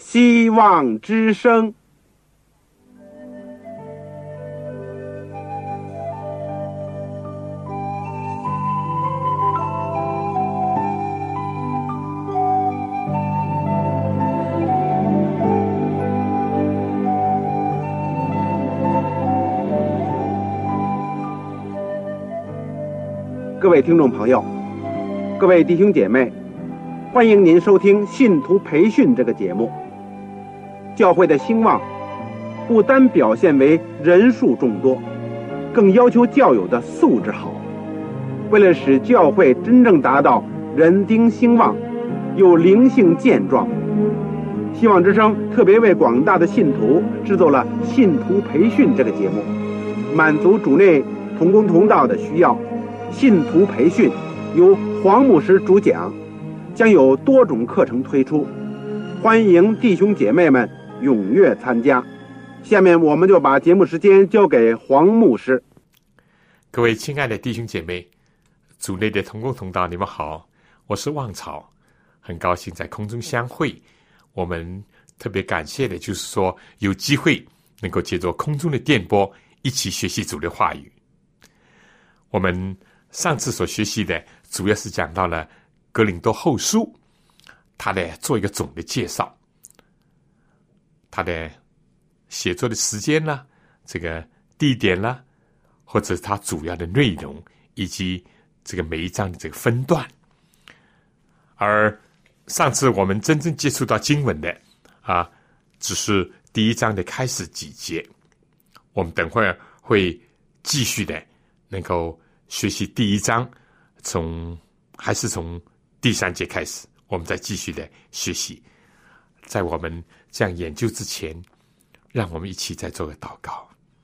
希望之声。各位听众朋友，各位弟兄姐妹，欢迎您收听信徒培训这个节目。教会的兴旺不单表现为人数众多，更要求教友的素质好。为了使教会真正达到人丁兴旺又灵性健壮，希望之声特别为广大的信徒制作了信徒培训这个节目，满足主内同工同道的需要。信徒培训由黄牧师主讲，将有多种课程推出，欢迎弟兄姐妹们踊跃参加。下面我们就把节目时间交给黄牧师。 各位亲爱的弟兄姐妹，主内的同工同道，你们好，我是旺草，很高兴在空中相会。我们特别感谢的就是说有机会能够借着空中的电波一起学习主的话语。我们上次所学习的主要是讲到了哥林多后书，他的做一个总的介绍，他的写作的时间啦，这个地点啦，或者是他主要的内容，以及这个每一章的这个分段。而上次我们真正接触到经文的只是第一章的开始几节，我们等会儿会继续的能够学习第一章，还是从第3节开始，我们再继续的学习。在我们这样研究之前，让我们一起再做个祷告。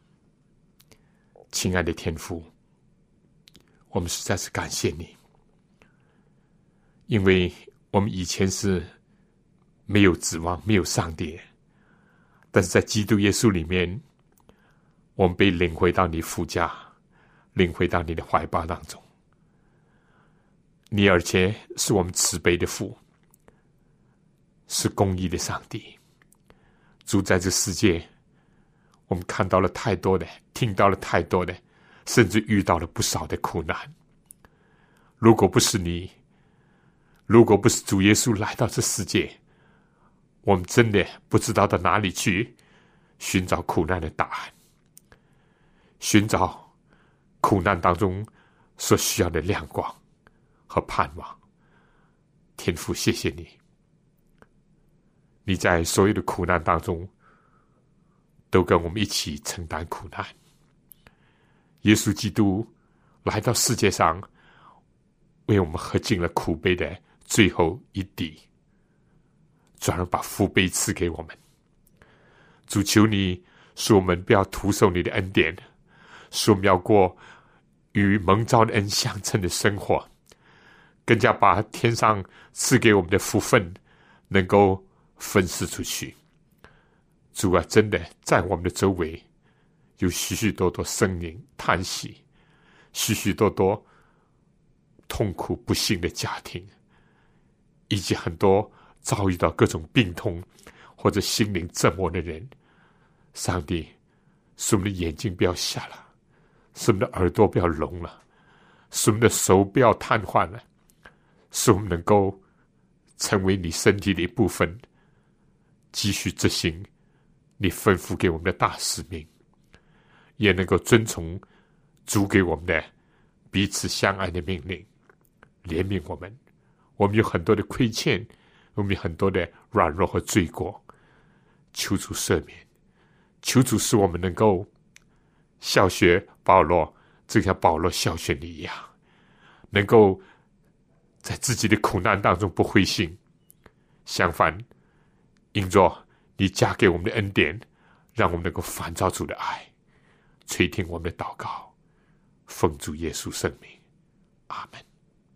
亲爱的天父，我们实在是感谢你，因为我们以前是没有指望，没有上帝，但是在基督耶稣里面，我们被领回到你父家，领回到你的怀抱当中。你而且是我们慈悲的父，是公义的上帝。主，在这世界，我们看到了太多的，听到了太多的，甚至遇到了不少的苦难。如果不是你，如果不是主耶稣来到这世界，我们真的不知道到哪里去寻找苦难的答案，寻找苦难当中所需要的亮光和盼望。天父，谢谢你，你在所有的苦难当中都跟我们一起承担苦难。耶稣基督来到世界上，为我们喝尽了苦杯的最后一滴，转而把福杯赐给我们。主，求你使我们不要徒受你的恩典，使我们要过与蒙召的恩相称的生活，更加把天上赐给我们的福分能够分施出去。主啊，真的在我们的周围有许许多多呻吟叹息，许许多多痛苦不幸的家庭，以及很多遭遇到各种病痛或者心灵折磨的人。上帝，使我们的眼睛不要瞎了，使我们的耳朵不要聋了，使我们的手不要瘫痪了，使我们能够成为你身体的一部分，继续执行你吩咐给我们的大使命，也能够遵从主给我们的彼此相爱的命令，怜悯我们。我们有很多的亏欠，我们有很多的软弱和罪过，求主赦免，求主使我们能够效学保罗，就像保罗效学你一样，能够在自己的苦难当中不灰心，相反，因着你加给我们的恩典，让我们能够反照主的爱，垂听我们的祷告，奉主耶稣圣名，阿们。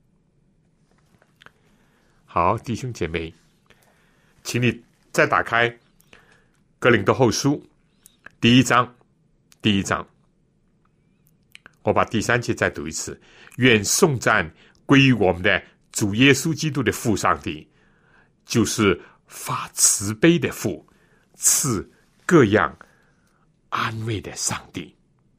好，弟兄姐妹，请你再打开哥林多后书第一章，我把第3节再读一次。愿颂赞归于我们的主耶稣基督的父上帝，就是发慈悲的父，赐各样安慰的上帝。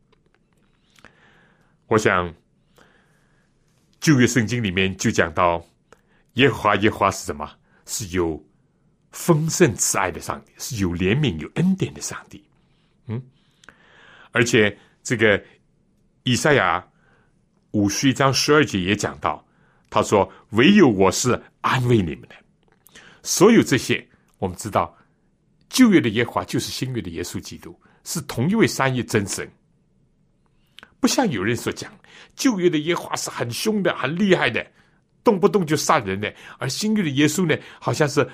我想旧约圣经里面就讲到耶和华是什么？是有丰盛慈爱的上帝，是有怜悯有恩典的上帝。而且这个以赛亚51章12节也讲到，他说唯有我是安慰你们的。所有这些我们知道，旧约的耶和华就是新约的耶稣基督，是同一位三一真神。不像有人所讲，旧约的耶和华是很凶的很厉害的，动不动就杀人的，而新约的耶稣呢，好像是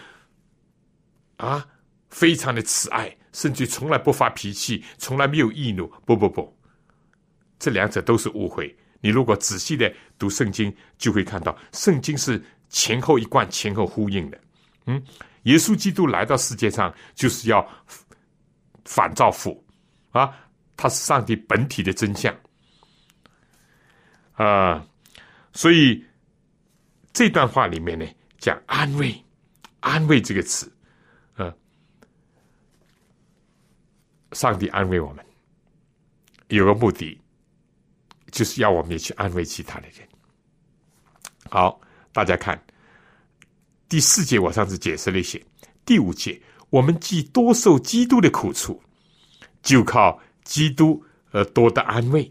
非常的慈爱，甚至从来不发脾气，从来没有易怒。不，这两者都是误会。你如果仔细的读圣经，就会看到圣经是前后一贯，前后呼应的。耶稣基督来到世界上就是要反照父他是上帝本体的真相所以这段话里面呢，讲安慰这个词上帝安慰我们有个目的，就是要我们也去安慰其他的人。好，大家看第4节，我上次解释了一些。第5节，我们既多受基督的苦楚，就靠基督而多的安慰。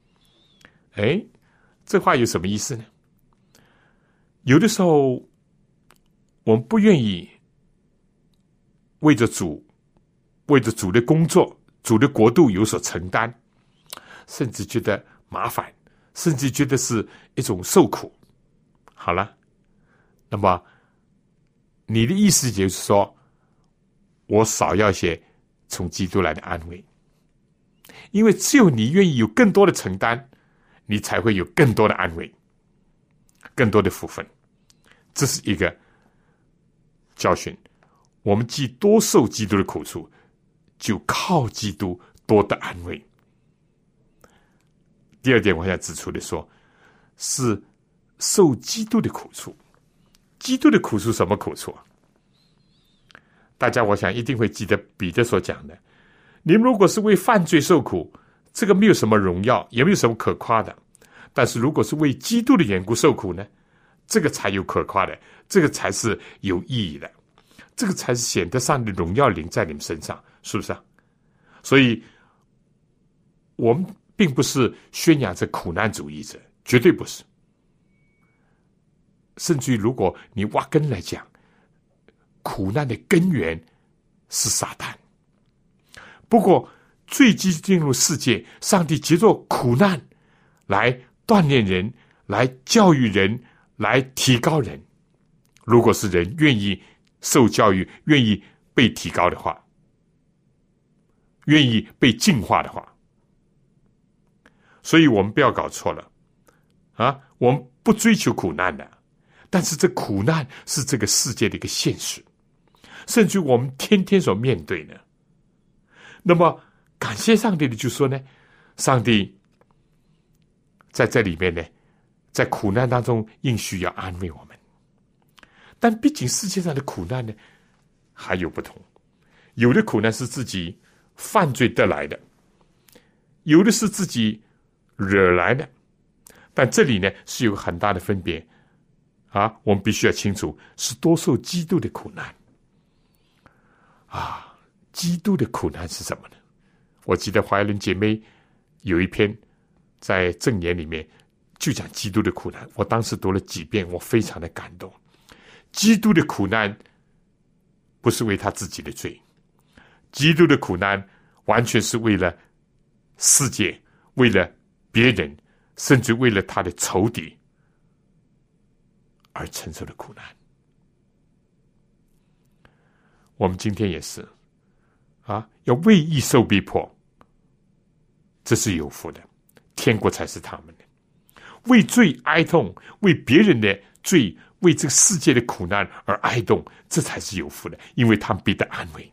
这话有什么意思呢？有的时候我们不愿意为着主的工作、主的国度有所承担，甚至觉得麻烦，甚至觉得是一种受苦。好了，那么你的意思就是说，我少要一些从基督来的安慰，因为只有你愿意有更多的承担，你才会有更多的安慰，更多的福分。这是一个教训。我们既多受基督的苦楚，就靠基督多的安慰。第2点我想指出的说，是受基督的苦楚。基督的苦楚什么苦楚大家我想一定会记得彼得所讲的，你们如果是为犯罪受苦，这个没有什么荣耀，也没有什么可夸的。但是如果是为基督的缘故受苦呢，这个才有可夸的，这个才是有意义的，这个才是显得上帝的荣耀临在你们身上，是不是所以我们并不是宣扬着苦难主义者，绝对不是。甚至于如果你挖根来讲，苦难的根源是撒旦。不过罪基进入世界，上帝藉着苦难来锻炼人，来教育人，来提高人。如果是人愿意受教育，愿意被提高的话，愿意被净化的话，所以我们不要搞错了我们不追求苦难的，但是这苦难是这个世界的一个现实，甚至我们天天所面对的。那么感谢上帝的就说呢，上帝在这里面呢，在苦难当中应许要安慰我们。但毕竟世界上的苦难呢还有不同，有的苦难是自己犯罪得来的，有的是自己惹来的。但这里呢是有很大的分别我们必须要清楚，是多受基督的苦难基督的苦难是什么呢？我记得华伦姐妹有一篇在正言里面就讲基督的苦难，我当时读了几遍，我非常的感动。基督的苦难不是为他自己的罪，基督的苦难完全是为了世界，为了别人，甚至为了他的仇敌而承受的苦难。我们今天也是要为义受逼迫，这是有福的，天国才是他们的。为罪哀痛，为别人的罪，为这个世界的苦难而哀痛，这才是有福的，因为他们必得安慰。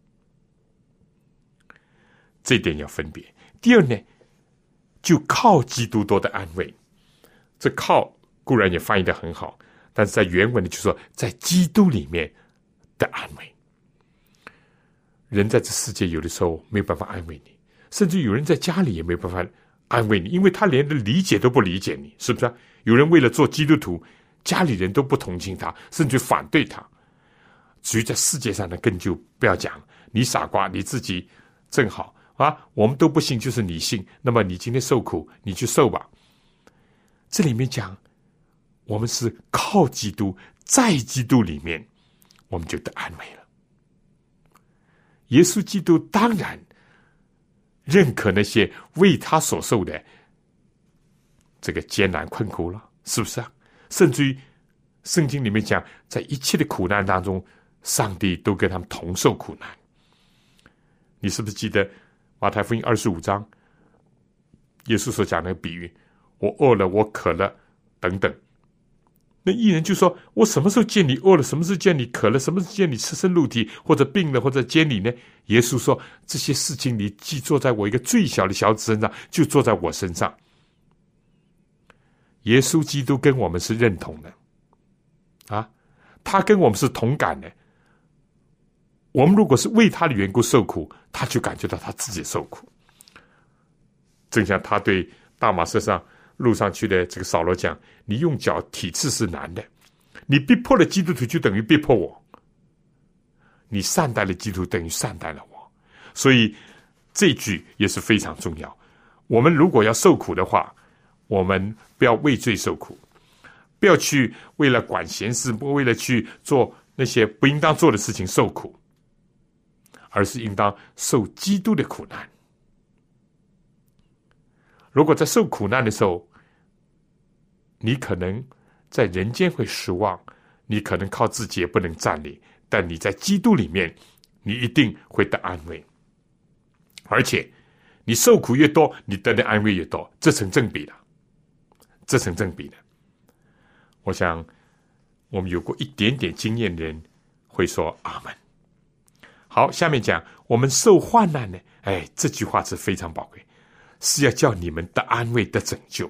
这一点要分别。第二呢，就靠基督多的安慰。这靠固然也翻译得很好，但是在原文呢就说在基督里面的安慰。人在这世界有的时候没有办法安慰你，甚至有人在家里也没有办法安慰你，因为他连理解都不理解你，是不是？有人为了做基督徒，家里人都不同情他，甚至反对他。至于在世界上呢，更就不要讲，你傻瓜，你自己正好啊，我们都不信，就是你信，那么你今天受苦，你去受吧。这里面讲，我们是靠基督，在基督里面，我们就得安慰了。耶稣基督当然认可那些为他所受的这个艰难困苦了，是不是啊？甚至于圣经里面讲，在一切的苦难当中，上帝都跟他们同受苦难。你是不是记得马太福音25章耶稣所讲的比喻，我饿了，我渴了等等。那义人就说，我什么时候见你饿了，什么时候见你渴了，什么时候见你赤身露体，或者病了，或者监你呢？耶稣说，这些事情你既做在我一个最小的小子身上，就做在我身上。耶稣基督跟我们是认同的啊，他跟我们是同感的。我们如果是为他的缘故受苦，他就感觉到他自己受苦。正像他对大马色上路上去的这个扫罗讲，你用脚踢刺是难的，你逼迫了基督徒就等于逼迫我，你善待了基督等于善待了我。所以这句也是非常重要。我们如果要受苦的话，我们不要畏罪受苦，不要去为了管闲事，不为了去做那些不应当做的事情受苦，而是应当受基督的苦难。如果在受苦难的时候，你可能在人间会失望，你可能靠自己也不能站立，但你在基督里面，你一定会得安慰。而且你受苦越多，你得的安慰越多，这成正比的，这成正比的。我想我们有过一点点经验的人会说阿们。好，下面讲我们受患难呢，这句话是非常宝贵，是要叫你们得安慰得拯救。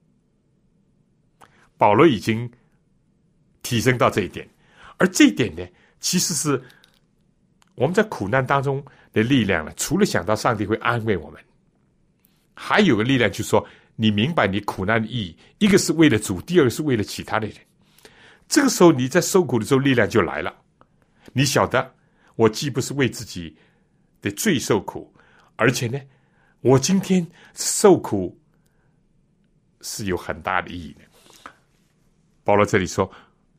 保罗已经提升到这一点，而这一点呢，其实是我们在苦难当中的力量呢。除了想到上帝会安慰我们，还有个力量，就是说你明白你苦难的意义，一个是为了主，第二个是为了其他的人。这个时候你在受苦的时候，力量就来了。你晓得，我既不是为自己的罪受苦，而且呢，我今天受苦是有很大的意义的。保罗这里说，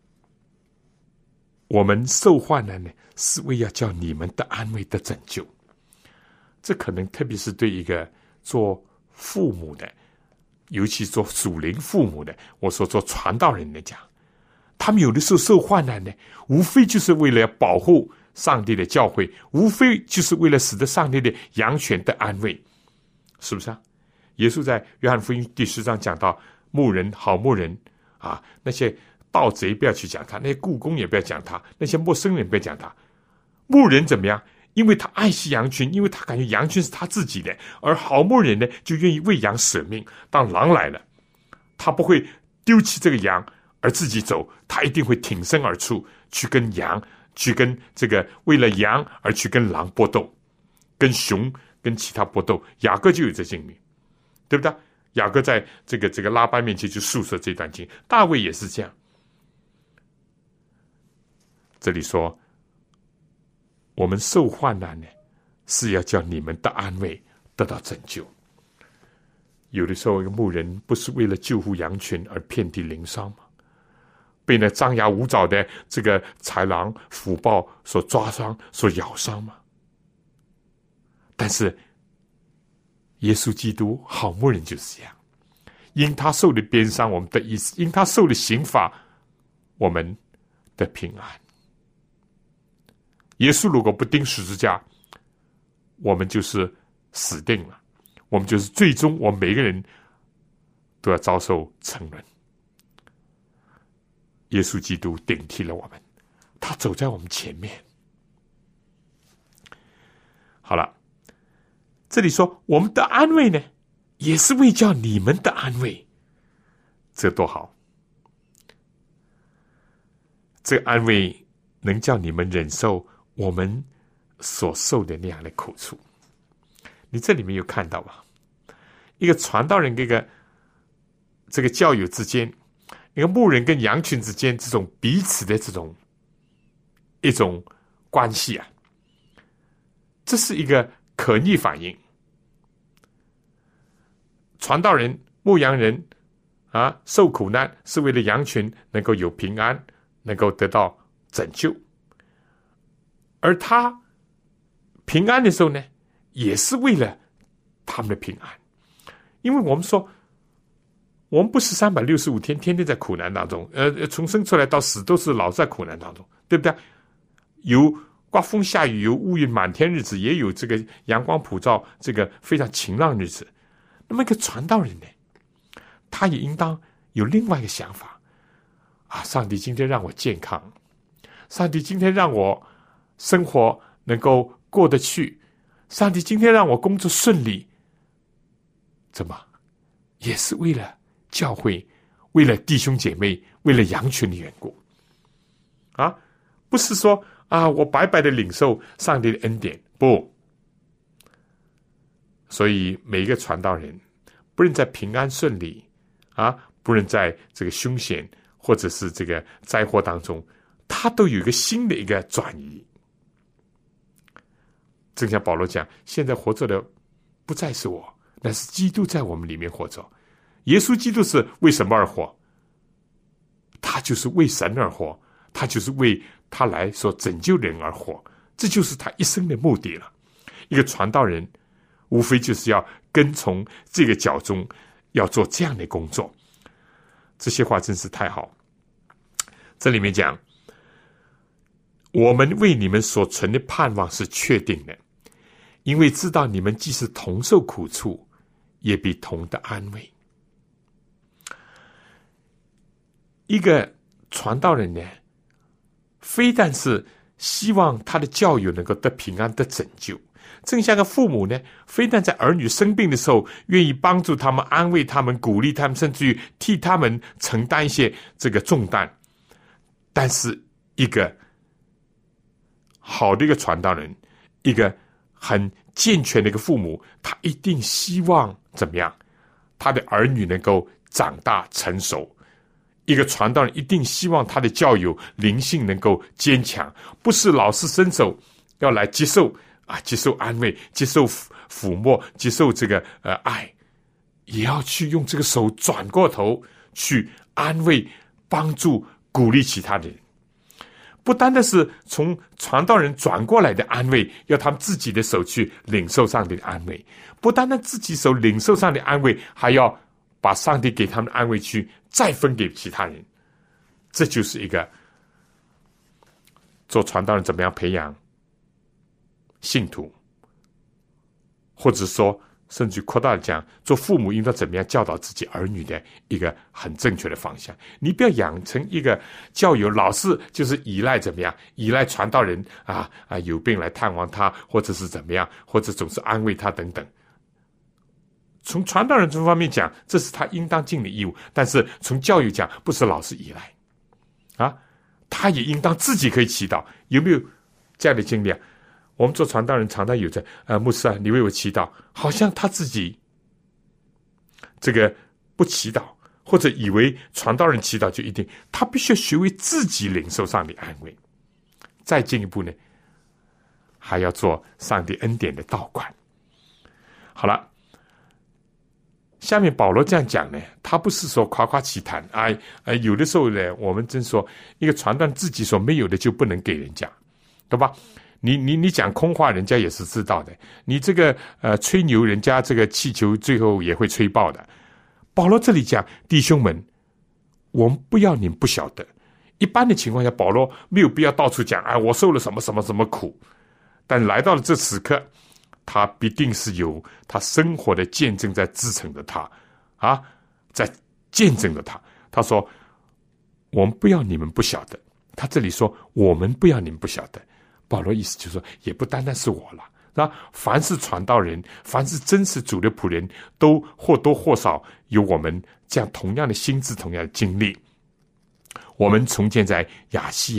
我们受患难呢，是为要叫你们的安慰的拯救。这可能特别是对一个做父母的，尤其做属灵父母的，我说做传道人来讲，他们有的时候受患难呢，无非就是为了保护上帝的教会，无非就是为了使得上帝的羊群的安慰，是不是啊？耶稣在约翰福音第10章讲到牧人，好牧人啊，那些盗贼不要去讲他，那些雇工也不要讲他，那些陌生人不要讲他。牧人怎么样？因为他爱惜羊群，因为他感觉羊群是他自己的，而好牧人呢，就愿意为羊舍命。当狼来了，他不会丢弃这个羊而自己走，他一定会挺身而出，去跟羊，去跟这个为了羊而去跟狼搏斗，跟熊跟其他搏斗。雅各就有这经历，对不对？雅各在这个拉班面前就述说这段经，大卫也是这样。这里说，我们受患难呢，是要叫你们的安慰得到拯救。有的时候，一个牧人不是为了救护羊群而遍体鳞伤吗？被那张牙舞爪的这个豺狼虎豹所抓伤、所咬伤吗？但是耶稣基督好牧人就是这样，因他受的鞭伤，我们得医治；因他受的刑罚，我们得平安。耶稣如果不钉十字架，我们就是死定了，我们就是最终我们每个人都要遭受沉沦。耶稣基督顶替了我们，他走在我们前面。好了，这里说我们的安慰呢，也是为叫你们的安慰，这多好！这个安慰能叫你们忍受我们所受的那样的苦处。你这里面有看到吗？一个传道人跟这个教友之间，一个牧人跟羊群之间，这种彼此的这种一种关系啊，这是一个可逆反应。传道人、牧羊人受苦难是为了羊群能够有平安，能够得到拯救，而他平安的时候呢，也是为了他们的平安。因为我们说，我们不是365天天天在苦难当中，从生出来到死都是老在苦难当中，对不对？有刮风下雨，有乌云满天日子，也有这个阳光普照，这个非常晴朗日子。那么一个传道人呢，他也应当有另外一个想法上帝今天让我健康，上帝今天让我生活能够过得去，上帝今天让我工作顺利，怎么也是为了教会，为了弟兄姐妹，为了羊群的缘故不是说我白白的领受上帝的恩典，不。所以每一个传道人，不论在平安顺利不论在这个凶险或者是这个灾祸当中，他都有一个新的一个转移。正像保罗讲，现在活着的不再是我，那是基督在我们里面活着。耶稣基督是为什么而活？他就是为神而活，他就是为他来所拯救人而活，这就是他一生的目的了。一个传道人无非就是要跟从这个教中，要做这样的工作。这些话真是太好。这里面讲，我们为你们所存的盼望是确定的，因为知道你们既是同受苦处，也必同得安慰。一个传道人呢，非但是希望他的教友能够得平安得拯救，正像个父母呢，非但在儿女生病的时候愿意帮助他们，安慰他们，鼓励他们，甚至于替他们承担一些这个重担，但是一个好的一个传道人，一个很健全的一个父母，他一定希望怎么样？他的儿女能够长大成熟。一个传道人一定希望他的教友灵性能够坚强，不是老是伸手要来接受安慰，接受抚摸，接受这个爱，也要去用这个手转过头去安慰、帮助、鼓励其他的人。不单的是从传道人转过来的安慰，要他们自己的手去领受上帝的安慰；不单单自己手领受上帝的安慰，还要把上帝给他们的安慰去再分给其他人。这就是一个做传道人怎么样培养信徒，或者说甚至扩大讲，做父母应当怎么样教导自己儿女的一个很正确的方向。你不要养成一个教友老是就是依赖怎么样，依赖传道人有病来探望他，或者是怎么样，或者总是安慰他等等。从传道人这方面讲，这是他应当尽的义务，但是从教育讲，不是老是依赖他也应当自己可以祈祷。有没有这样的经历我们做传道人常常有着牧师你为我祈祷，好像他自己这个不祈祷，或者以为传道人祈祷就一定，他必须学会自己领受上帝安慰。再进一步呢，还要做上帝恩典的道馆。好了，下面保罗这样讲呢，他不是说夸夸其谈有的时候呢，我们真说一个传道人自己所没有的就不能给人家，对吧？你讲空话，人家也是知道的。你这个吹牛，人家这个气球最后也会吹爆的。保罗这里讲，弟兄们，我们不要你们不晓得。一般的情况下，保罗没有必要到处讲我受了什么什么什么苦，但来到了这此刻，他必定是有他生活的见证在支撑着他在见证着他。他说我们不要你们不晓得，他这里说我们不要你们不晓得，保罗意思就是说也不单单是我了凡是传道人，凡是真实主的仆人，都或多或少有我们这样同样的心智，同样的经历。我们从前在亚细亚，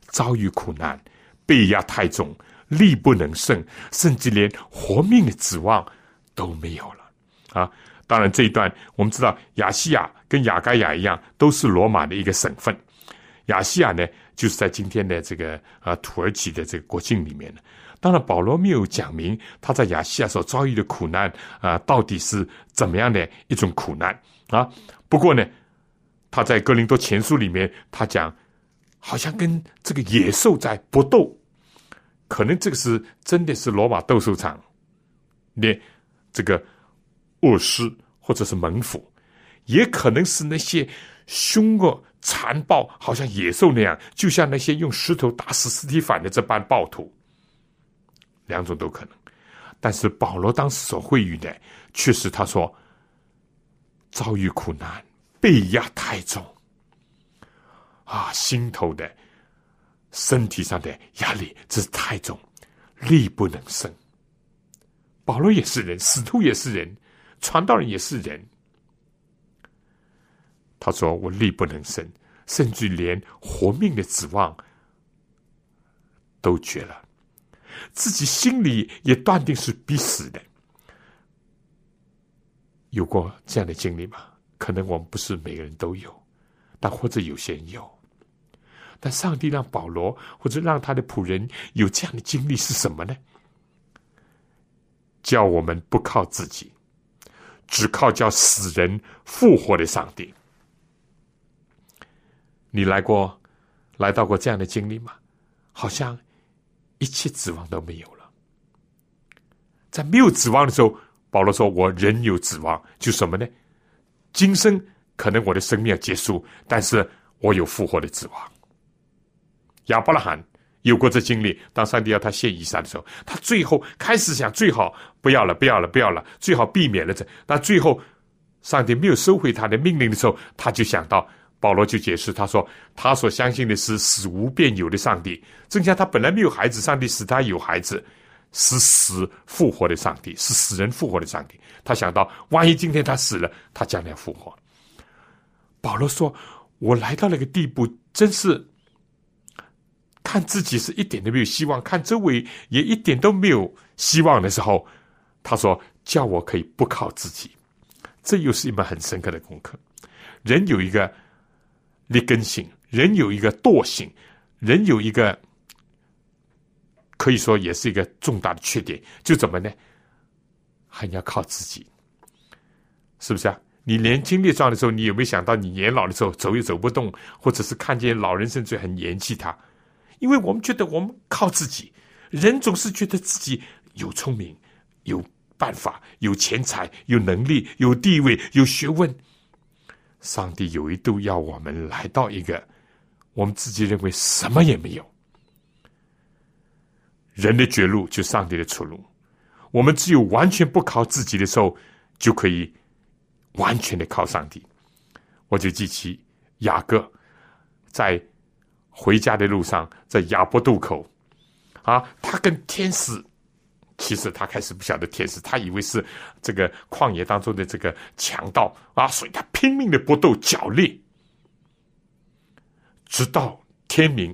遭遇苦难，被压太重，力不能胜，甚至连活命的指望都没有了啊！当然这一段我们知道，亚细亚跟亚该亚一样，都是罗马的一个省份。亚细亚呢，就是在今天的这个土耳其的这个国境里面的。当然保罗没有讲明他在亚细亚所遭遇的苦难到底是怎么样的一种苦难啊。不过呢，他在哥林多前书里面他讲，好像跟这个野兽在搏斗，可能这个是真的是罗马斗兽场的这个恶狮或者是猛虎，也可能是那些凶恶残暴好像野兽那样，就像那些用石头打死司提反的这般暴徒，两种都可能。但是保罗当时所会遇的却是他说遭遇苦难，被压太重啊，心头的身体上的压力这是太重，力不能胜。保罗也是人，使徒也是人，传道人也是人。他说我力不能胜，甚至连活命的指望都绝了，自己心里也断定是必死的。有过这样的经历吗？可能我们不是每个人都有，但或者有些人有。但上帝让保罗或者让他的仆人有这样的经历是什么呢？叫我们不靠自己，只靠叫死人复活的上帝。你来到过这样的经历吗？好像一切指望都没有了。在没有指望的时候，保罗说我仍有指望，就什么呢？今生可能我的生命要结束，但是我有复活的指望。亚伯拉罕有过这经历，当上帝要他献以撒的时候，他最后开始想最好不要了，最好避免了这。但最后上帝没有收回他的命令的时候，他就想到，保罗就解释，他说他所相信的是死无变有的上帝，正像他本来没有孩子，上帝使他有孩子，是死复活的上帝，是死人复活的上帝。他想到万一今天他死了，他将来复活。保罗说我来到了一个地步，真是看自己是一点都没有希望，看周围也一点都没有希望的时候，他说叫我可以不靠自己。这又是一门很深刻的功课。人有一个劣根性，人有一个惰性，人有一个可以说也是一个重大的缺点，就怎么呢？还要靠自己，是不是啊？你年轻力壮的时候，你有没有想到你年老的时候走也走不动，或者是看见老人甚至很嫌弃他？因为我们觉得我们靠自己，人总是觉得自己有聪明、有办法、有钱财、有能力、有地位、有学问。上帝有一度要我们来到一个我们自己认为什么也没有。人的绝路就是上帝的出路，我们只有完全不靠自己的时候，就可以完全的靠上帝。我就记起雅各在回家的路上，在雅博渡口他跟天使，其实他开始不晓得天使，他以为是这个旷野当中的这个强盗所以他拼命的搏斗角力，直到天明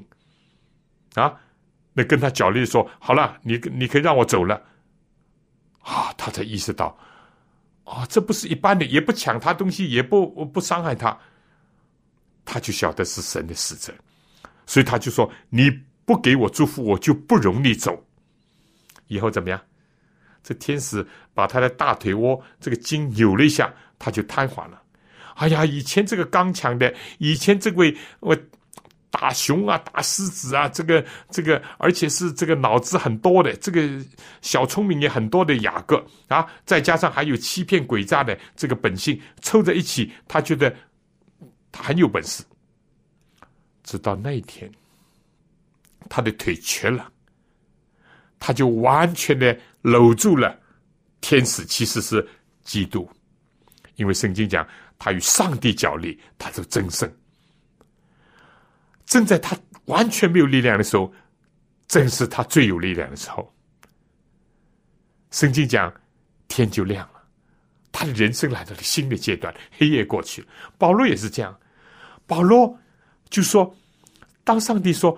那跟他角力说好了，你可以让我走了他才意识到这不是一般的，也不抢他东西，也不伤害他，他就晓得是神的使者，所以他就说你不给我祝福，我就不容你走。以后怎么样？这天使把他的大腿窝这个筋扭了一下，他就瘫痪了。哎呀，以前这个刚强的，以前这位打熊打狮子这个而且是这个脑子很多的，这个小聪明也很多的雅各再加上还有欺骗诡诈的这个本性凑在一起，他觉得他很有本事。直到那一天他的腿瘸了，他就完全的搂住了天使，其实是基督。因为圣经讲他与上帝角力，他就争胜。正在他完全没有力量的时候，正是他最有力量的时候。圣经讲天就亮了，他的人生来到了新的阶段，黑夜过去了。保罗也是这样，保罗就说当上帝说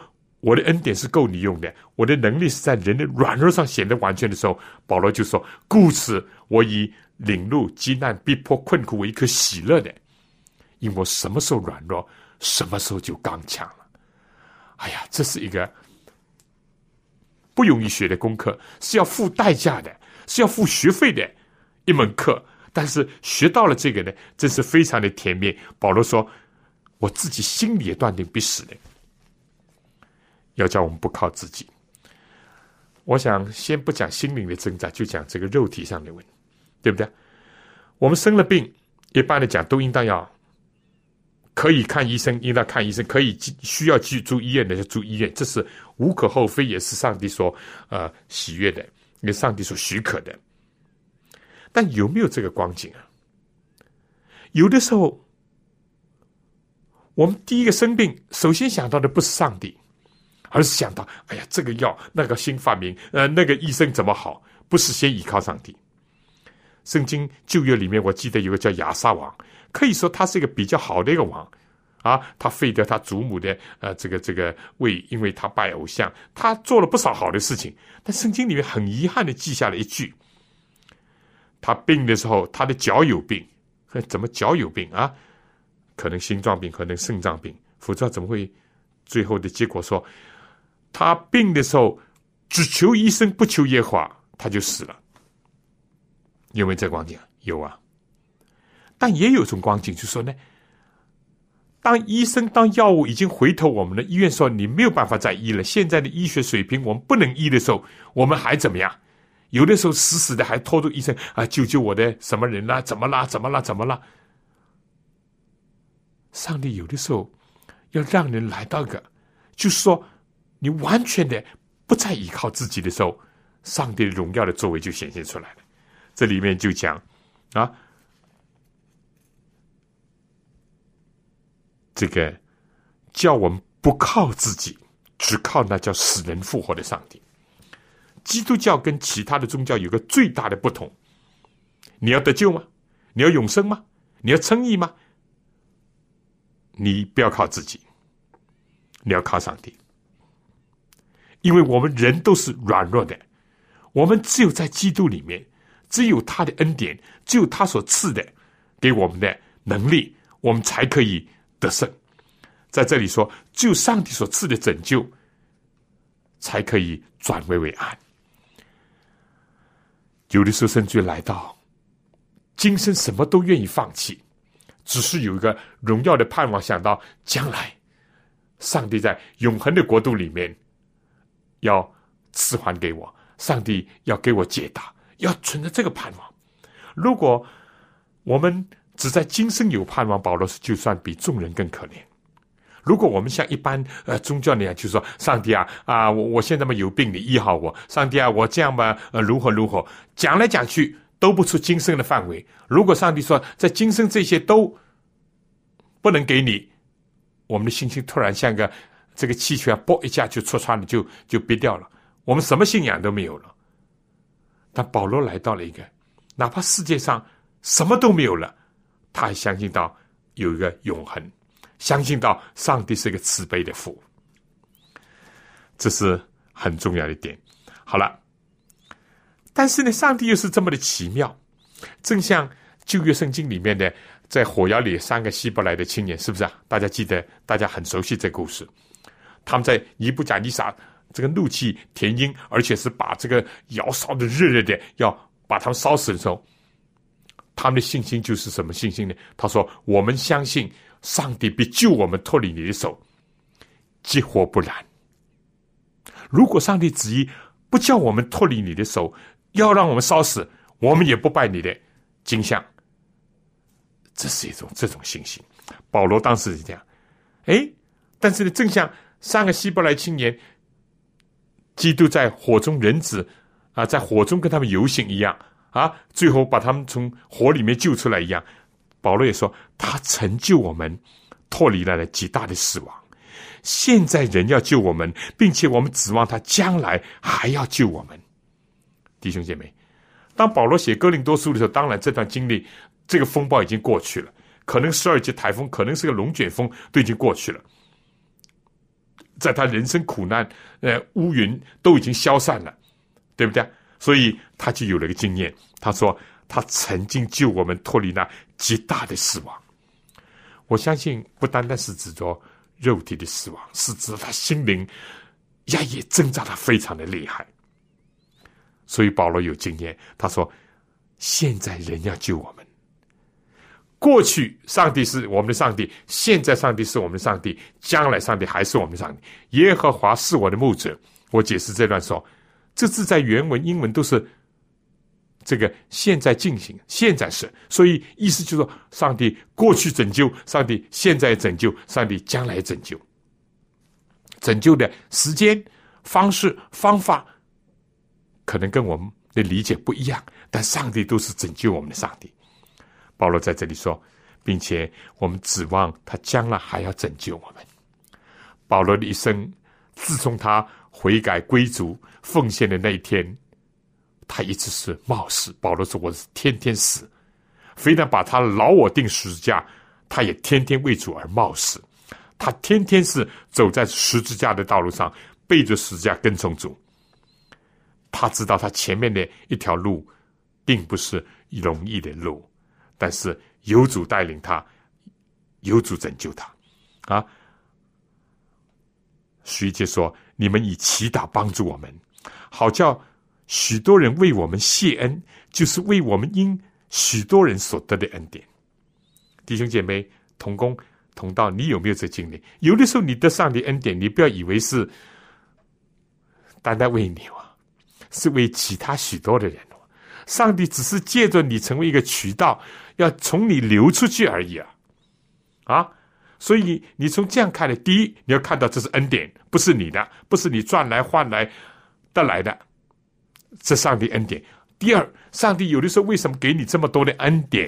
我的恩典是够你用的，我的能力是在人的软弱上显得完全的时候，保罗就说，故此我以领路、急难、逼迫、困苦为一颗喜乐的，因为我什么时候软弱，什么时候就刚强了。哎呀，这是一个不容易学的功课，是要付代价的，是要付学费的一门课。但是学到了这个呢，真是非常的甜蜜。保罗说，我自己心里也断定必死的，要叫我们不靠自己。我想先不讲心灵的挣扎，就讲这个肉体上的问题，对不对？我们生了病，一般的讲都应当要可以看医生，应当看医生，可以需要去住医院的就住医院，这是无可厚非，也是上帝所喜悦的，因为上帝所许可的。但有没有这个光景啊？有的时候我们第一个生病，首先想到的不是上帝，而是想到，哎呀，这个药那个新发明，那个医生怎么好，不是先依靠上帝。圣经旧约里面，我记得有个叫亚撒王，可以说他是一个比较好的一个王啊，他废掉他祖母的这个位，因为他拜偶像，他做了不少好的事情。但圣经里面很遗憾的记下了一句，他病的时候，他的脚有病，怎么脚有病啊？可能心脏病，可能肾脏病，否则怎么会最后的结果说，他病的时候只求医生不求耶和华，他就死了。有没有这光景？有啊。但也有一种光景，就是说呢，当医生当药物已经回头我们的医院说你没有办法再医了，现在的医学水平我们不能医的时候，我们还怎么样？有的时候死死的还拖住医生啊，救救我的什么人啦，怎么啦，怎么啦，怎么啦？上帝有的时候要让人来到一个，就是说你完全的不再依靠自己的时候，上帝的荣耀的作为就显现出来了。这里面就讲啊，这个叫我们不靠自己，只靠那叫死人复活的上帝。基督教跟其他的宗教有个最大的不同，你要得救吗？你要永生吗？你要称义吗？你不要靠自己，你要靠上帝。因为我们人都是软弱的，我们只有在基督里面，只有他的恩典，只有他所赐的给我们的能力，我们才可以得胜。在这里说，只有上帝所赐的拯救才可以转危为安。有的时候甚至来到今生什么都愿意放弃，只是有一个荣耀的盼望，想到将来上帝在永恒的国度里面要赐还给我，上帝要给我解答，要存着这个盼望。如果我们只在今生有盼望，保罗说就算比众人更可怜。如果我们像一般宗教那样，就说上帝啊我现在嘛有病，你医好我，上帝啊我这样嘛如何如何，讲来讲去都不出今生的范围。如果上帝说在今生这些都不能给你，我们的信心突然像个这个气球啵一下就戳穿了，就憋掉了，我们什么信仰都没有了。但保罗来到了一个，哪怕世界上什么都没有了，他还相信到有一个永恒，相信到上帝是一个慈悲的父，这是很重要的一点。好了，但是呢，上帝又是这么的奇妙，正像旧约圣经里面的在火窑里3个希伯来的青年，是不是啊？大家记得，大家很熟悉这个故事。他们在尼布甲尼撒这个怒气填膺，而且是把这个窑烧得热热的，要把他们烧死的时候，他们的信心就是什么信心呢？他说，我们相信上帝必救我们脱离你的手，结果不然。如果上帝旨意不叫我们脱离你的手，要让我们烧死，我们也不拜你的金像。这是一种这种信心。保罗当时是这样，但是呢，正像3个希伯来青年，基督在火中人子在火中跟他们游行一样最后把他们从火里面救出来一样，保罗也说，他曾救我们脱离了极大的死亡，现在人要救我们，并且我们指望他将来还要救我们。弟兄姐妹，当保罗写哥林多书的时候，当然这段经历，这个风暴已经过去了，可能12级台风，可能是个龙卷风，都已经过去了。 在他人生苦难乌云都已经消散了，对不对？所以他就有了一个经验，他说他曾经救我们脱离那极大的死亡。我相信不单单是指着肉体的死亡，是指他心灵也挣扎得非常的厉害。所以保罗有经验，他说现在人要救我们，过去上帝是我们的上帝，现在上帝是我们的上帝，将来上帝还是我们的上帝。耶和华是我的牧者。我解释这段说，这字在原文英文都是这个现在进行，现在是，所以意思就是说上帝过去拯救，上帝现在拯救，上帝将来拯救。拯救的时间、方式、方法可能跟我们的理解不一样，但上帝都是拯救我们的上帝。保罗在这里说，并且我们指望他将来还要拯救我们。保罗的一生，自从他悔改归主奉献的那一天，他一直是冒死。保罗说，我是天天死，非但把他老我钉十字架，他也天天为主而冒死。他天天是走在十字架的道路上，背着十字架跟从主。他知道他前面的一条路并不是容易的路，但是有主带领他，有主拯救他啊。11节说，你们以祈祷帮助我们，好叫许多人为我们谢恩，就是为我们因许多人所得的恩典。弟兄姐妹，同工同道，你有没有这经历？有的时候你得上帝恩典，你不要以为是单单为你是为其他许多的人。上帝只是借着你成为一个渠道，要从你流出去而已所以你从这样看的，第一，你要看到这是恩典，不是你的，不是你赚来换来得来的，这上帝恩典。第二，上帝有的时候为什么给你这么多的恩典？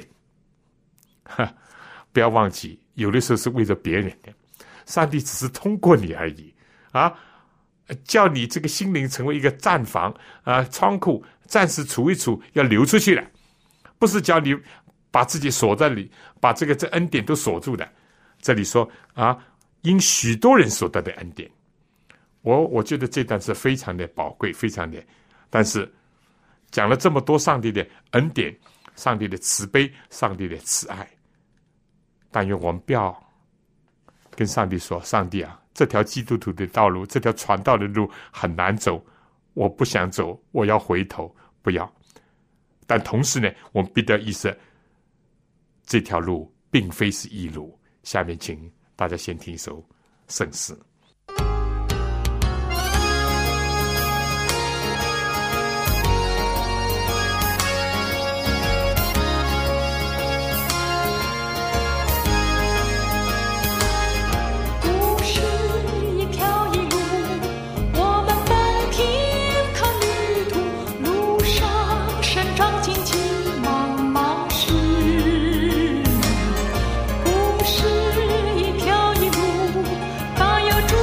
不要忘记，有的时候是为了别人的，上帝只是通过你而已叫你这个心灵成为一个战房仓库，暂时储一储，要流出去了，不是叫你把自己锁在里，把这恩典都锁住的。这里说因许多人所得的恩典，我觉得这段是非常的宝贵，非常的，但是讲了这么多上帝的恩典，上帝的慈悲，上帝的慈爱，但愿我们不要跟上帝说，上帝这条基督徒的道路，这条传道的路很难走，我不想走，我要回头，不要。但同时呢，我们必须要意识，这条路并非是易路。下面请大家先听一首圣诗。 有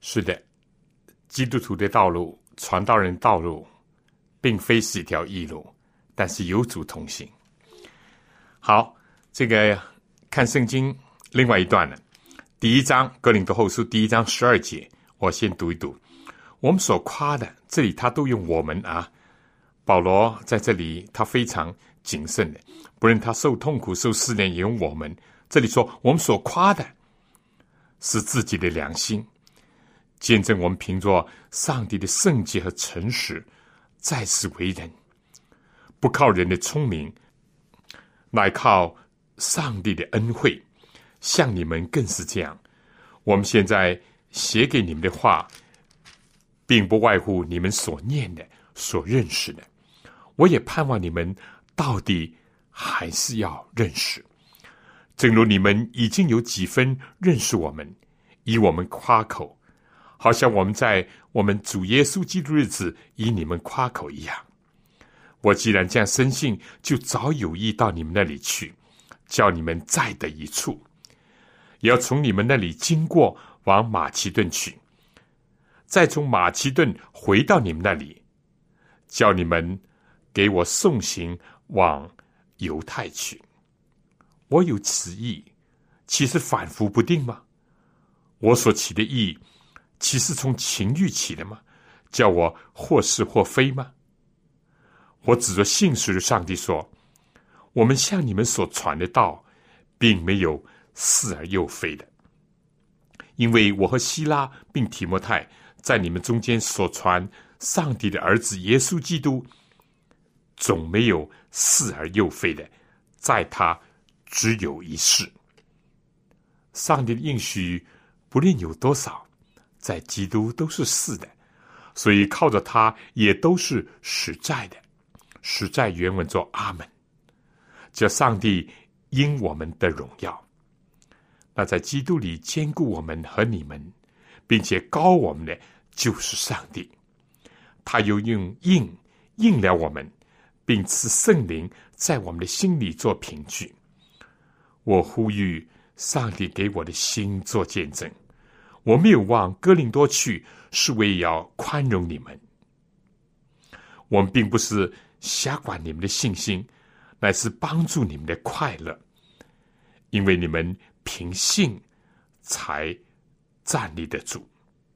是的，基督徒的道路，传道人道路，并非是一条易路，但是有主同行。好，这个看圣经另外一段了，第1章哥林多后书第1章12节，我先读一读。我们所夸的，这里他都用我们啊。保罗在这里他非常谨慎的，不论他受痛苦受试炼，也用我们。这里说我们所夸的是自己的良心，见证我们凭着上帝的圣洁和诚实在世为人，不靠人的聪明，乃靠上帝的恩惠。像你们更是这样。我们现在写给你们的话，并不外乎你们所念的所认识的，我也盼望你们到底还是要认识，正如你们已经有几分认识我们，以我们夸口，好像我们在我们主耶稣基督日子以你们夸口一样。我既然这样深信，就早有意到你们那里去，叫你们再得一处，也要从你们那里经过往马其顿去，再从马其顿回到你们那里，叫你们给我送行往犹太去。我有此意，岂是反复不定吗？我所起的意，岂是从情欲起的吗？叫我或是或非吗？我指着信实的上帝说，我们向你们所传的道，并没有似而又非的。因为我和希拉并提摩太在你们中间所传上帝的儿子耶稣基督，总没有似而又非的，在他只有一事。上帝的应许不论有多少，在基督都是是的，所以靠着他也都是实在的。实在原文作阿们，叫上帝因我们的荣耀。那在基督里兼顾我们和你们，并且膏我们的就是上帝，他又用应了我们，并赐圣灵在我们的心里做凭据。我呼吁上帝给我的心做见证，我没有往哥林多去，是为要宽容你们。我们并不是辖管你们的信心，乃是帮助你们的快乐，因为你们凭信才站立得住。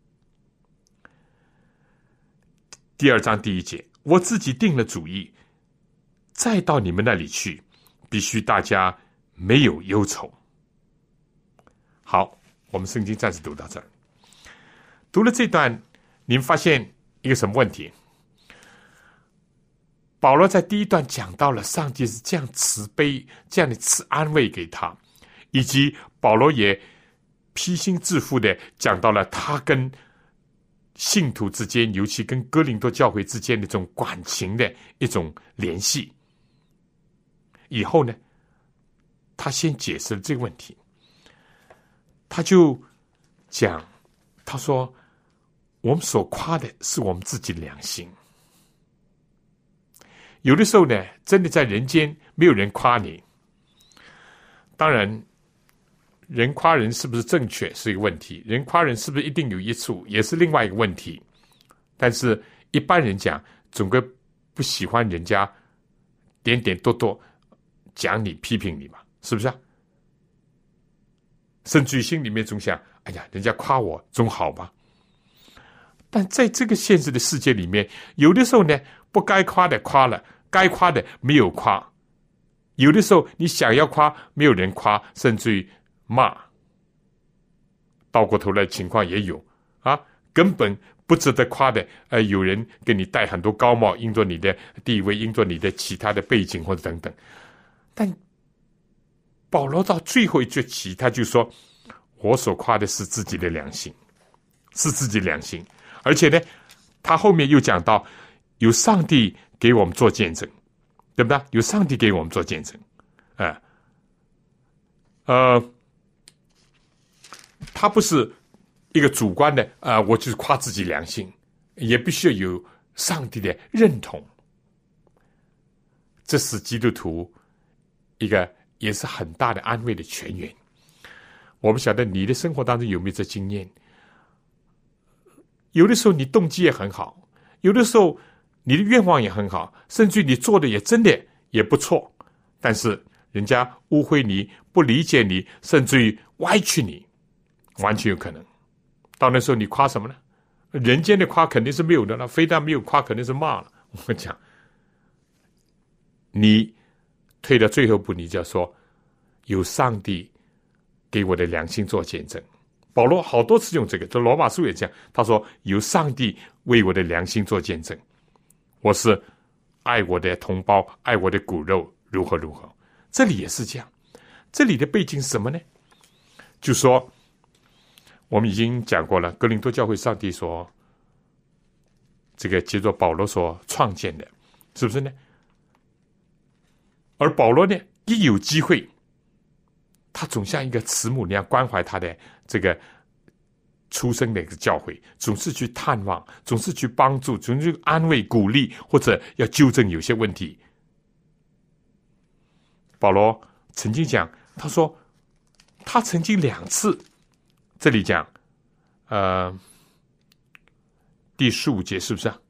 第2章第1节，我自己定了主意，再到你们那里去，必须大家没有忧愁。好，我们圣经暂时读到这儿。读了这段，你们发现一个什么问题？保罗在第1段讲到了上帝是这样慈悲，这样的赐安慰给他，以及保罗也披心置腹的讲到了他跟信徒之间，尤其跟哥林多教会之间的这种感情的一种联系。以后呢，他先解释了这个问题，他就讲，他说我们所夸的是我们自己的良心。有的时候呢，真的在人间没有人夸你，当然人夸人是不是正确是一个问题，人夸人是不是一定有益处也是另外一个问题。但是一般人讲，总归不喜欢人家点点多多讲你批评你嘛，是不是啊？甚至于心里面总想，哎呀，人家夸我总好吧。但在这个现实的世界里面，有的时候呢，不该夸的夸了，该夸的没有夸。有的时候你想要夸，没有人夸，甚至于骂。倒过头来的情况也有啊，根本不值得夸的，有人给你戴很多高帽，因着你的地位，因着你的其他的背景或者等等。但保罗到最后一句起，他就说，我所夸的是自己的良心，是自己的良心。而且呢，他后面又讲到，有上帝给我们做见证，对不对？有上帝给我们做见证，他不是一个主观的，我就是夸自己良心，也必须要有上帝的认同。这是基督徒一个也是很大的安慰的泉源。我不晓得你的生活当中有没有这经验？ 有的时候你动机也很好，有的时候你的愿望也很好，甚至你做的也真的也不错，但是人家误会你，不理解你，甚至于歪曲你，完全有可能。到那时候你夸什么呢？人间的夸肯定是没有的了，非但没有夸，肯定是骂了。我讲，你退到最后步，你就要说有上帝给我的良心做见证。保罗好多次用这个，这罗马书也这样，他说有上帝为我的良心做见证，我是爱我的同胞，爱我的骨肉，如何如何。这里也是这样。这里的背景是什么呢？就说我们已经讲过了，哥林多教会上帝所这个接着保罗所创建的，是不是呢？而保罗呢，一有机会，他总像一个慈母那样关怀他的这个出生的一个教会，总是去探望，总是去帮助，总是去安慰鼓励，或者要纠正有些问题。保罗曾经讲，他说他曾经2次，这里讲第15节是不是啊？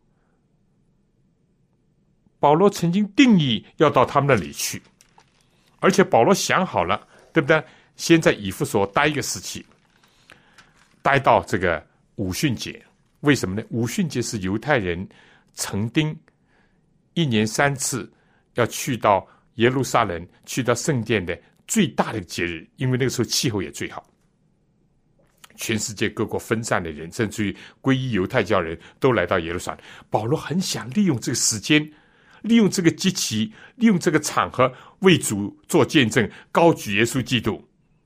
保罗曾经定义要到他们那里去，而且保罗想好了，对不对？先在以弗所待一个时期，待到这个五旬节。为什么呢？五旬节是犹太人成丁1年3次要去到耶路撒冷，去到圣殿的最大的节日，因为那个时候气候也最好。全世界各国分散的人，甚至于皈依犹太教人都来到耶路撒冷。保罗很想利用这个时间，利用这个节期，利用这个场合为主做见证，高举耶稣基督。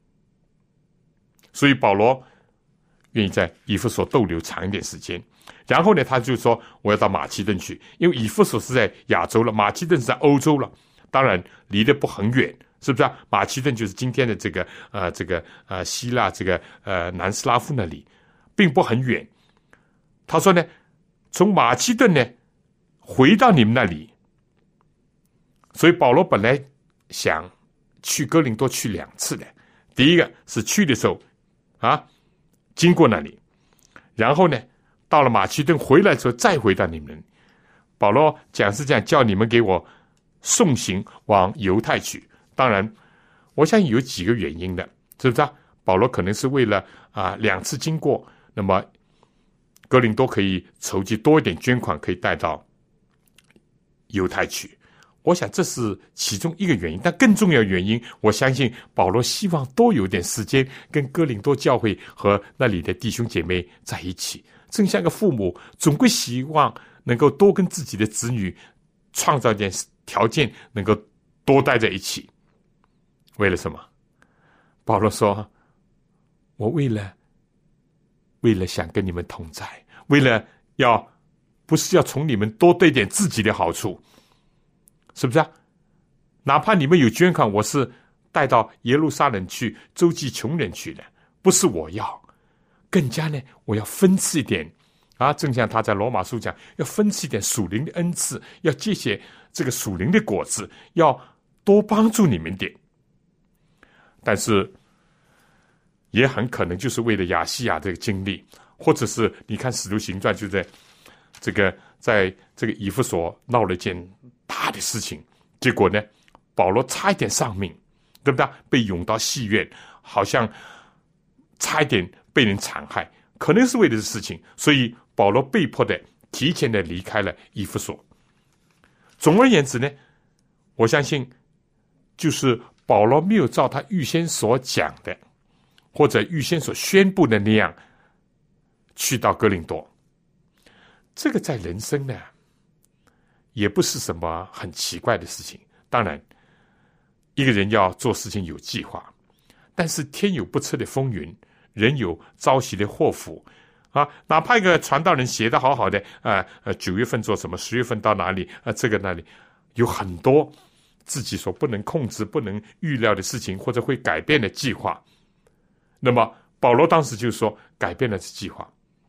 所以保罗愿意在以弗所逗留长一点时间。然后呢，他就说我要到马其顿去，因为以弗所是在亚洲了，马其顿是在欧洲了，当然离得不很远，是不是啊？马其顿就是今天的这个希腊这个南斯拉夫那里，并不很远。他说呢，从马其顿呢回到你们那里。所以保罗本来想去哥林多去2次的，第一个是去的时候经过那里，然后呢到了马其顿回来之后再回到你们。保罗讲是这样，叫你们给我送行往犹太去。当然我想有几个原因的，是不是啊？保罗可能是为了2次经过，那么哥林多可以筹集多一点捐款，可以带到犹太去。我想这是其中一个原因，但更重要的原因，我相信保罗希望多有点时间跟哥林多教会和那里的弟兄姐妹在一起。正像个父母总归希望能够多跟自己的子女创造一点条件，能够多待在一起。为了什么？保罗说，我为了想跟你们同在，为了不是要从你们多对点自己的好处，是不是啊？哪怕你们有捐款，我是带到耶路撒冷去周济穷人去的，不是我要，更加呢，我要分赐一点正像他在罗马书讲，要分赐一点属灵的恩赐，要借些这个属灵的果子，要多帮助你们点。但是也很可能就是为了亚细亚这个经历，或者是你看使徒行传，就在这个以弗所闹了一件大的事情，结果呢保罗差一点丧命，对不对？被涌到戏院，好像差一点被人残害，可能是为了这事情，所以保罗被迫的提前的离开了以弗所。总而言之呢，我相信就是保罗没有照他预先所讲的或者预先所宣布的那样去到哥林多。这个在人生呢也不是什么很奇怪的事情。当然一个人要做事情有计划，但是天有不测的风云，人有朝夕的祸福哪怕一个传道人写得好好的9月份做什么，10月份到哪里这个那里，有很多自己所不能控制不能预料的事情，或者会改变的计划。那么保罗当时就说改变了这计划。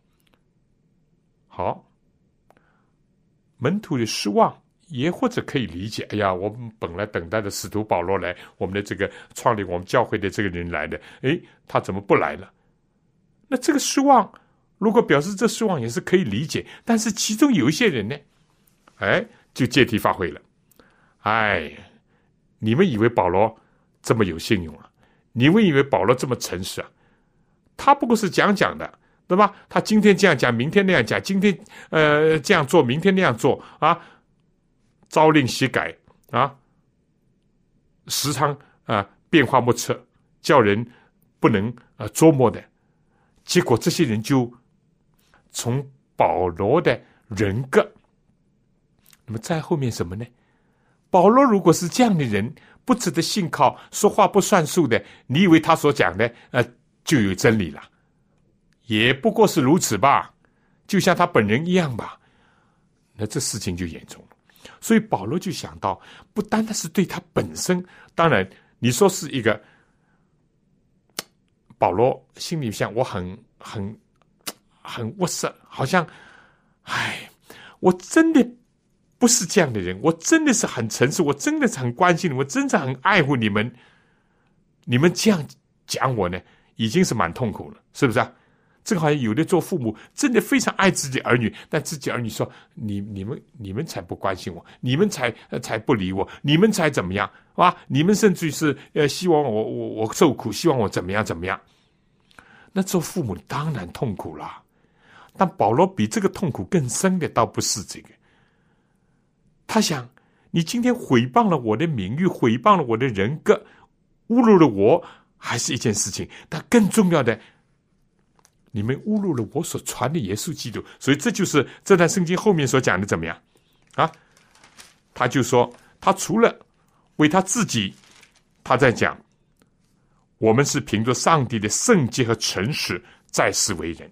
好，门徒的失望也或者可以理解，哎呀，我们本来等待的使徒保罗来，我们的这个创立我们教会的这个人来的，他怎么不来了？那这个失望如果表示这失望也是可以理解，但是其中有一些人呢，就借题发挥了。你们以为保罗这么有信用啊？你们以为保罗这么诚实啊？他不过是讲的，对吧？他今天这样讲，明天那样讲，今天这样做，明天那样做啊，朝令夕改啊，时常变化莫测，叫人不能捉摸的。结果这些人就从保罗的人格，那么在后面什么呢？保罗如果是这样的人，不值得信靠，说话不算数的，你以为他所讲的就有真理了？也不过是如此吧，就像他本人一样吧。那这事情就严重了。所以保罗就想到，不单单是对他本身，当然你说是一个保罗心里想，我很窝塞，好像我真的不是这样的人，我真的是很诚实，我真的是很关心你，我真的很爱护你们。你们这样讲我呢，已经是蛮痛苦了，是不是啊？这个好像有的做父母真的非常爱自己儿女，但自己儿女说你们才不关心我，你们才不理我，你们才怎么样啊？你们甚至是希望我受苦，希望我怎么样。那做父母当然痛苦了，但保罗比这个痛苦更深的倒不是这个。他想，你今天毁谤了我的名誉，毁谤了我的人格，侮辱了我，还是一件事情。但更重要的，你们侮辱了我所传的耶稣基督。所以这就是这段圣经后面所讲的怎么样啊？他就说，他除了为他自己，他在讲，我们是凭着上帝的圣洁和诚实在世为人。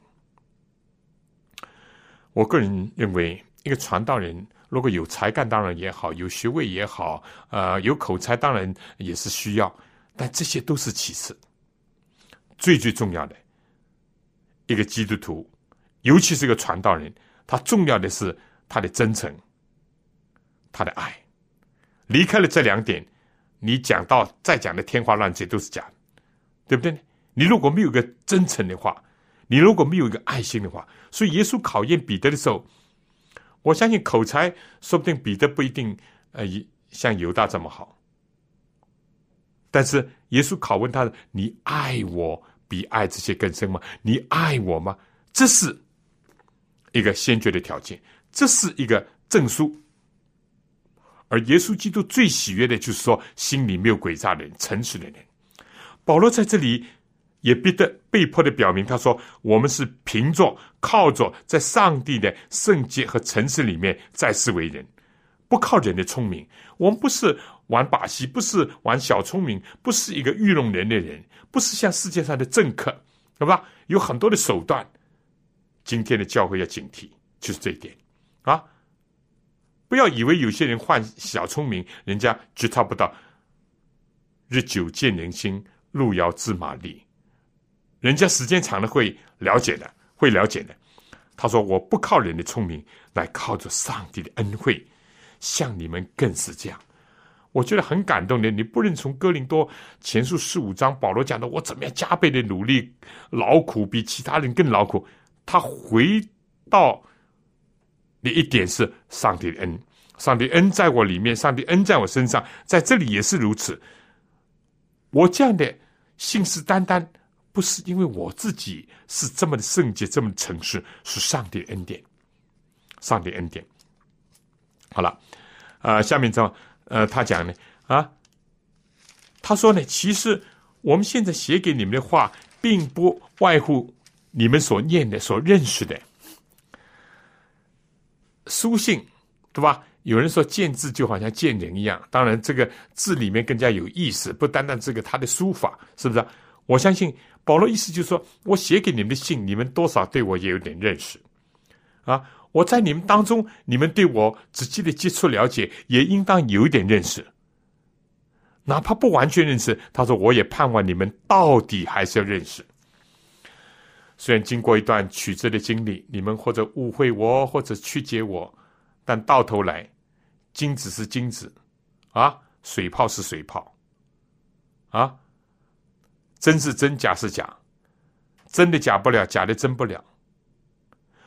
我个人认为，一个传道人如果有才干当然也好，有学位也好，有口才当然也是需要，但这些都是其次。最重要的，一个基督徒，尤其是一个传道人，他重要的是他的真诚，他的爱。离开了这两点，你讲到再讲的天花乱坠都是假的，对不对呢？你如果没有一个真诚的话，你如果没有一个爱心的话，所以耶稣考验彼得的时候，我相信口才说不定彼得不一定像犹大这么好，但是耶稣拷问他，你爱我比爱这些更深吗？你爱我吗？这是一个先决的条件，这是一个证书。而耶稣基督最喜悦的就是说，心里没有诡诈的人，诚实的人。保罗在这里也被迫的表明，他说我们是凭着靠着在上帝的圣洁和诚实里面在世为人，不靠人的聪明。我们不是玩把戏，不是玩小聪明，不是一个愚弄人的人，不是像世界上的政客，对吧？有很多的手段。今天的教会要警惕，就是这一点啊！不要以为有些人换小聪明，人家觉察不到日久见人心，路遥知马力。人家时间长了会了解的。他说我不靠人的聪明，来靠着上帝的恩惠，像你们更是这样。我觉得很感动的，你不论从哥林多前书15章保罗讲的我怎么样加倍的努力劳苦，比其他人更劳苦，他回到的一点是上帝的恩，上帝恩在我里面，上帝恩在我身上，在这里也是如此。我这样的信誓旦旦，不是因为我自己是这么的圣洁，这么的诚实，是上帝的恩典，上帝的恩典。好了，下面他讲呢他说呢，其实我们现在写给你们的话，并不外乎你们所念的、所认识的书信，对吧？有人说见字就好像见人一样，当然这个字里面更加有意思，不单单这个他的书法，是不是？我相信保罗意思就是说，我写给你们的信，你们多少对我也有点认识啊。我在你们当中，你们对我直接的接触了解，也应当有一点认识，哪怕不完全认识。他说，我也盼望你们到底还是要认识。虽然经过一段曲折的经历，你们或者误会我，或者曲解我，但到头来，金子是金子啊，水泡是水泡啊，真是真，假是假，真的假不了，假的真不了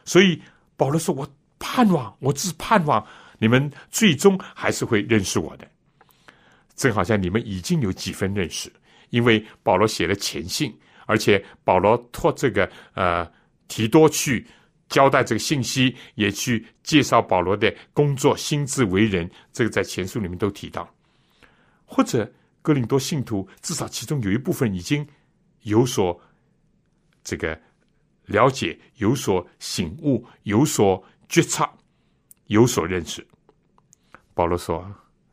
所以保罗说，我盼望，我只盼望你们最终还是会认识我的。正好像你们已经有几分认识，因为保罗写了前信，而且保罗托这个提多去交代这个信息，也去介绍保罗的工作、心智为人，这个在前书里面都提到。或者哥林多信徒至少其中有一部分已经有所这个了解，有所醒悟，有所觉察，有所认识。保罗说，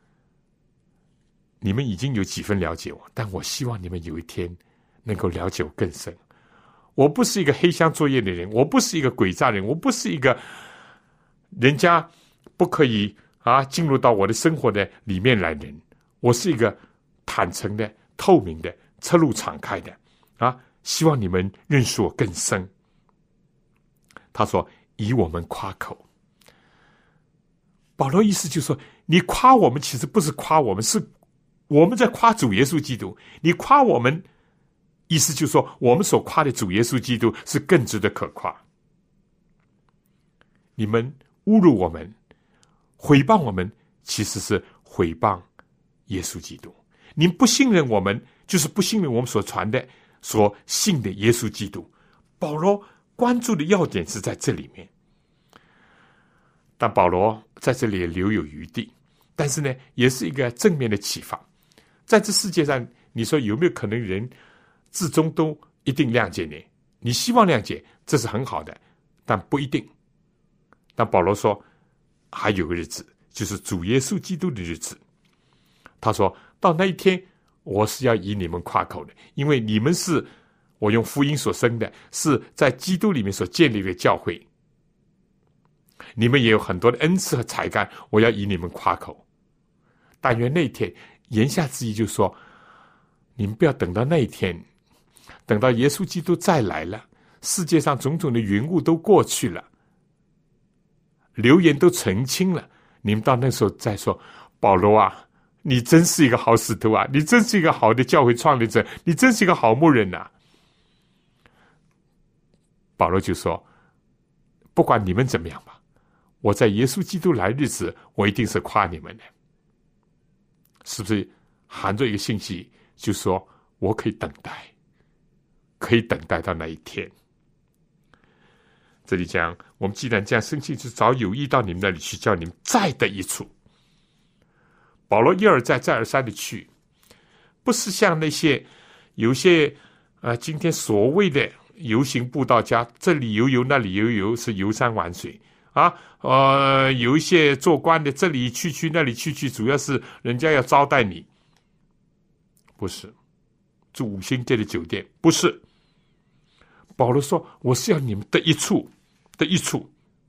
你们已经有几分了解我，但我希望你们有一天能够了解我更深。我不是一个黑箱作业的人，我不是一个诡诈人，我不是一个人家不可以进入到我的生活的里面来的人。我是一个坦诚的、透明的、侧路敞开的希望你们认识我更深。他说，以我们夸口。保罗意思就是说，你夸我们其实不是夸我们，是我们在夸主耶稣基督。你夸我们，意思就是说，我们所夸的主耶稣基督是更值得可夸。你们侮辱我们、毁谤我们，其实是毁谤耶稣基督。你不信任我们，就是不信任我们所传的、所信的耶稣基督。保罗关注的要点是在这里面。但保罗在这里也留有余地，但是呢，也是一个正面的启发。在这世界上，你说有没有可能人至终都一定谅解你？你希望谅解，这是很好的，但不一定。但保罗说，还有个日子，就是主耶稣基督的日子。他说到那一天，我是要以你们夸口的，因为你们是我用福音所生的，是在基督里面所建立的教会。你们也有很多的恩赐和才干，我要以你们夸口。但愿那一天，言下之意就是说，你们不要等到那一天，等到耶稣基督再来了，世界上种种的云雾都过去了，流言都澄清了，你们到那时候再说，保罗啊，你真是一个好使徒啊，你真是一个好的教会创立者，你真是一个好牧人啊。保罗就说，不管你们怎么样吧，我在耶稣基督来日子，我一定是夸你们的。是不是含着一个信息，就是说我可以等待，可以等待到那一天。这里讲，我们既然这样生气，就早有意到你们那里去，叫你们再得益处。保罗一而再再而三的去，不是像那些有些今天所谓的游行布道家，这里游游那里游游，是游山玩水有一些做官的，这里去去那里去去，主要是人家要招待你，不是住5星级的酒店，不是。保罗说，我是要你们得益处，得益处，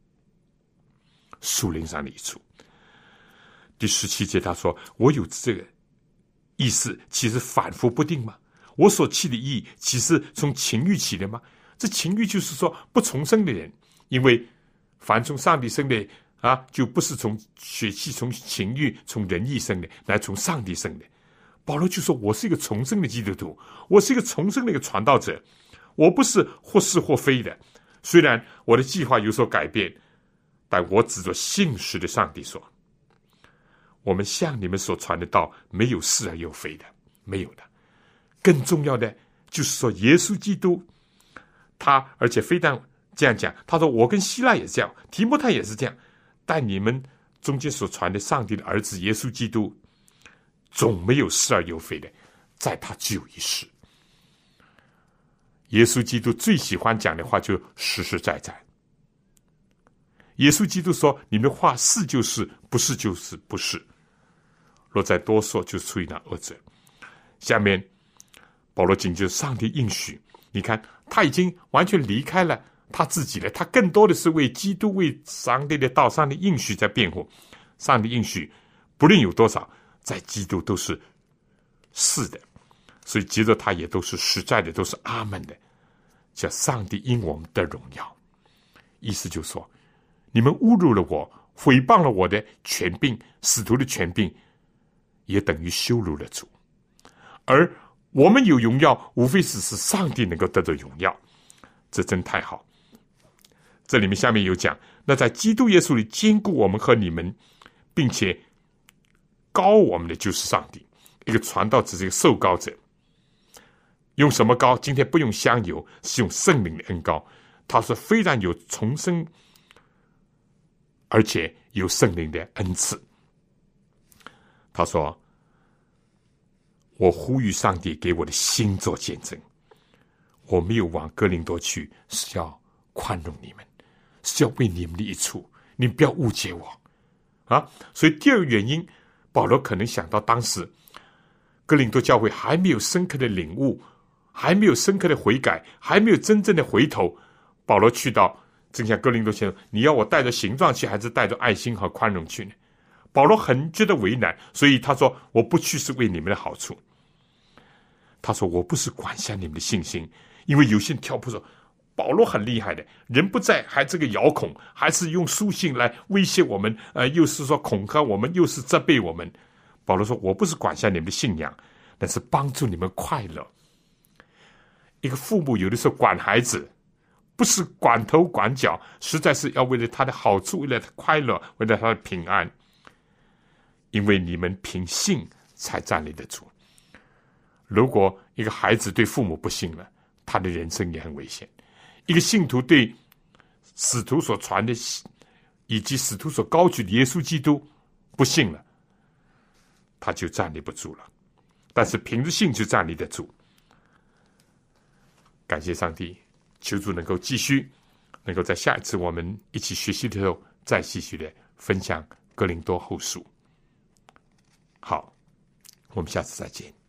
属灵上的益处。第17节他说，我有这个意思，其实反复不定吗？我所起的意，其实从情欲起的吗？这情欲就是说不重生的人，因为凡从上帝生的就不是从血气、从情欲、从人意生的，乃从上帝生的。保罗就说，我是一个重生的基督徒，我是一个重生的一个传道者，我不是或是或非的。虽然我的计划有所改变，但我指着信实的上帝说，我们向你们所传的道没有是而又非的，没有的。更重要的就是说，耶稣基督他，而且非但这样讲，他说我跟希腊也是这样，提摩太也是这样，但你们中间所传的上帝的儿子耶稣基督，总没有是而又非的，在他只有一是。耶稣基督最喜欢讲的话就实实在在。耶稣基督说，你们话是就是，不是就是不是，若再多说，就出于那恶者。下面保罗紧接着上帝应许，你看他已经完全离开了他自己了，他更多的是为基督、为上帝的道、上帝应许在辩护。上帝应许不论有多少，在基督都是是的，所以接着他也都是实在的，都是阿们的，叫上帝因我们得荣耀。意思就是说，你们侮辱了我，毁谤了我的权柄，使徒的权柄，也等于羞辱了主。而我们有荣耀，无非是上帝能够得到荣耀，这真太好。 这里面下面有讲，那在基督耶稣里坚固我们和你们，并且膏我们的就是上帝。一个传道只是一个受膏者，用什么膏？今天不用香油，是用圣灵的恩膏。他说非常有重生，而且有圣灵的恩赐。他说，我呼吁上帝给我的心做见证，我没有往哥林多去，是要宽容你们，是要为你们的益处，你们不要误解我啊！所以第二个原因，保罗可能想到当时哥林多教会还没有深刻的领悟，还没有深刻的悔改，还没有真正的回头。保罗去到，正像哥林多先生，你要我带着形状去，还是带着爱心和宽容去呢？保罗很觉得为难，所以他说，我不去是为你们的好处。他说，我不是管辖你们的信心，因为有些人挑拨说保罗很厉害的，人不在还这个遥控，还是用书信来威胁我们，又是说恐吓我们，又是责备我们。保罗说，我不是管辖你们的信仰，但是帮助你们快乐。一个父母有的时候管孩子，不是管头管脚，实在是要为了他的好处，为了他快乐，为了他的平安。因为你们凭信才站立得住。如果一个孩子对父母不信了，他的人生也很危险。一个信徒对使徒所传的以及使徒所高举的耶稣基督不信了，他就站立不住了。但是凭着信就站立得住。感谢上帝，求主能够继续，能够在下一次我们一起学习的时候，再继续的分享哥林多后书。好，我们下次再见。